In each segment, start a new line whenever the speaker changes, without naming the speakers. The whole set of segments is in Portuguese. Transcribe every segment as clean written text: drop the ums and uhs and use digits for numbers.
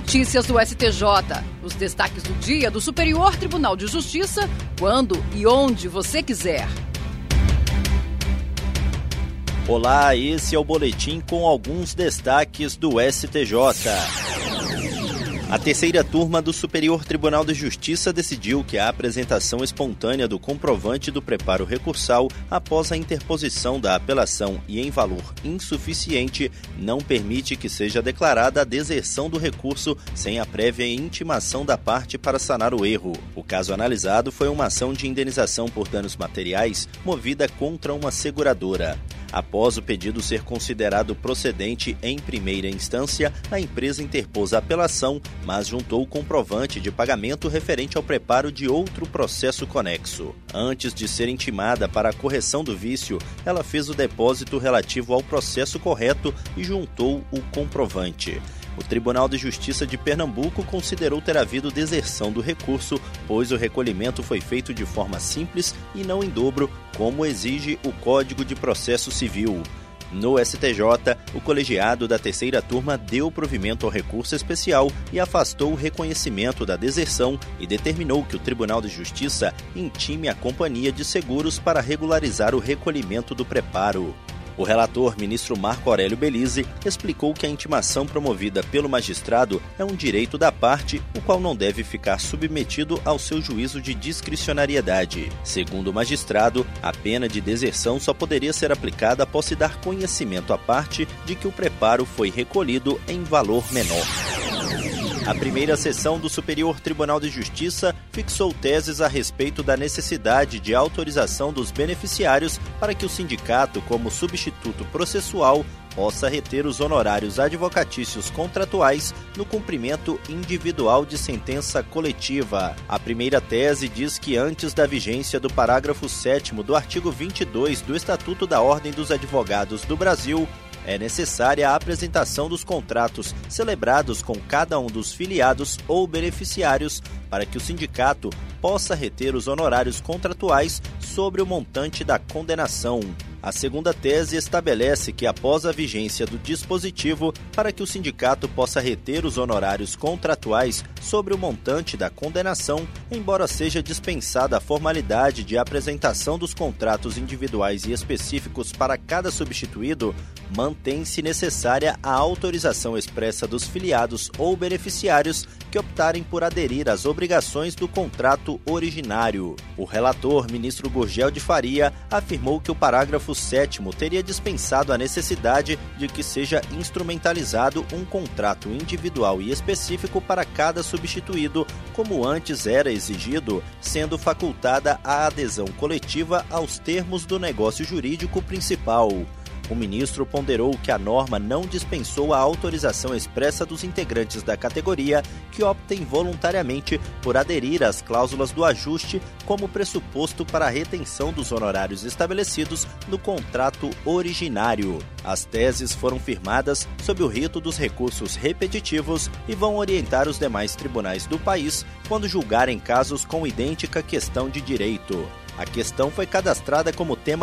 Notícias do STJ. Os destaques do dia do Superior Tribunal de Justiça, quando e onde você quiser.
Olá, esse é o boletim com alguns destaques do STJ. A terceira turma do Superior Tribunal de Justiça decidiu que a apresentação espontânea do comprovante do preparo recursal após a interposição da apelação e em valor insuficiente não permite que seja declarada a deserção do recurso sem a prévia intimação da parte para sanar o erro. O caso analisado foi uma ação de indenização por danos materiais movida contra uma seguradora. Após o pedido ser considerado procedente em primeira instância, a empresa interpôs a apelação, mas juntou o comprovante de pagamento referente ao preparo de outro processo conexo. Antes de ser intimada para a correção do vício, ela fez o depósito relativo ao processo correto e juntou o comprovante. O Tribunal de Justiça de Pernambuco considerou ter havido deserção do recurso, pois o recolhimento foi feito de forma simples e não em dobro, como exige o Código de Processo Civil. No STJ, o colegiado da terceira turma deu provimento ao recurso especial e afastou o reconhecimento da deserção e determinou que o Tribunal de Justiça intime a companhia de seguros para regularizar o recolhimento do preparo. O relator, ministro Marco Aurélio Belize, explicou que a intimação promovida pelo magistrado é um direito da parte, o qual não deve ficar submetido ao seu juízo de discricionariedade. Segundo o magistrado, a pena de deserção só poderia ser aplicada após se dar conhecimento à parte de que o preparo foi recolhido em valor menor. A primeira sessão do Superior Tribunal de Justiça fixou teses a respeito da necessidade de autorização dos beneficiários para que o sindicato, como substituto processual, possa reter os honorários advocatícios contratuais no cumprimento individual de sentença coletiva. A primeira tese diz que antes da vigência do parágrafo 7º do artigo 22 do Estatuto da Ordem dos Advogados do Brasil, é necessária a apresentação dos contratos celebrados com cada um dos filiados ou beneficiários para que o sindicato possa reter os honorários contratuais sobre o montante da condenação. A segunda tese estabelece que, após a vigência do dispositivo, para que o sindicato possa reter os honorários contratuais sobre o montante da condenação, embora seja dispensada a formalidade de apresentação dos contratos individuais e específicos para cada substituído, mantém-se necessária a autorização expressa dos filiados ou beneficiários que optarem por aderir às obrigações do contrato originário. O relator, ministro Gurgel de Faria, afirmou que o parágrafo 7º teria dispensado a necessidade de que seja instrumentalizado um contrato individual e específico para cada substituído, como antes era exigido, sendo facultada a adesão coletiva aos termos do negócio jurídico principal. O ministro ponderou que a norma não dispensou a autorização expressa dos integrantes da categoria que optem voluntariamente por aderir às cláusulas do ajuste como pressuposto para a retenção dos honorários estabelecidos no contrato originário. As teses foram firmadas sob o rito dos recursos repetitivos e vão orientar os demais tribunais do país quando julgarem casos com idêntica questão de direito. A questão foi cadastrada como tema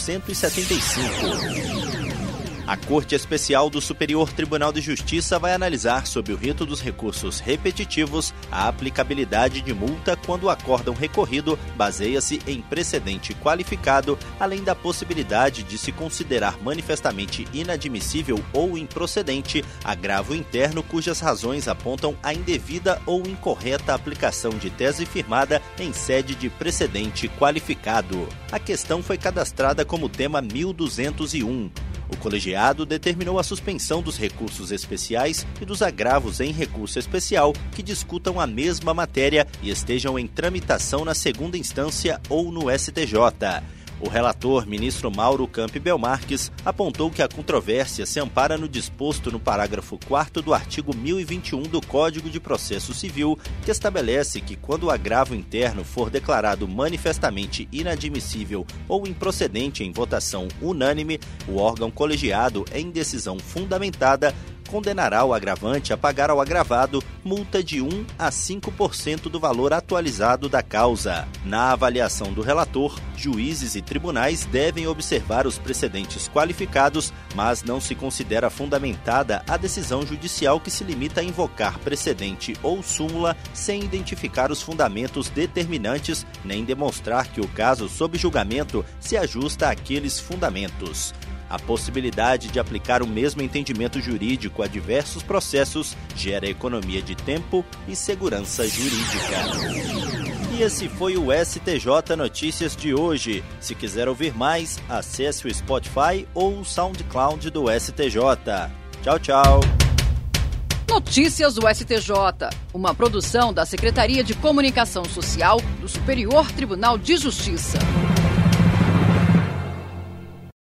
1175. A Corte Especial do Superior Tribunal de Justiça vai analisar, sob o rito dos recursos repetitivos, a aplicabilidade de multa quando o acórdão recorrido baseia-se em precedente qualificado, além da possibilidade de se considerar manifestamente inadmissível ou improcedente agravo interno cujas razões apontam a indevida ou incorreta aplicação de tese firmada em sede de precedente qualificado. A questão foi cadastrada como tema 1201. O colegiado determinou a suspensão dos recursos especiais e dos agravos em recurso especial que discutam a mesma matéria e estejam em tramitação na segunda instância ou no STJ. O relator, ministro Mauro Campbell Marques, apontou que a controvérsia se ampara no disposto no parágrafo 4º do artigo 1021 do Código de Processo Civil, que estabelece que quando o agravo interno for declarado manifestamente inadmissível ou improcedente em votação unânime, o órgão colegiado, em decisão fundamentada, condenará o agravante a pagar ao agravado multa de 1 a 5% do valor atualizado da causa. Na avaliação do relator, juízes e tribunais devem observar os precedentes qualificados, mas não se considera fundamentada a decisão judicial que se limita a invocar precedente ou súmula sem identificar os fundamentos determinantes nem demonstrar que o caso sob julgamento se ajusta àqueles fundamentos. A possibilidade de aplicar o mesmo entendimento jurídico a diversos processos gera economia de tempo e segurança jurídica. E esse foi o STJ Notícias de hoje. Se quiser ouvir mais, acesse o Spotify ou o SoundCloud do STJ. Tchau, tchau.
Notícias do STJ, uma produção da Secretaria de Comunicação Social do Superior Tribunal de Justiça.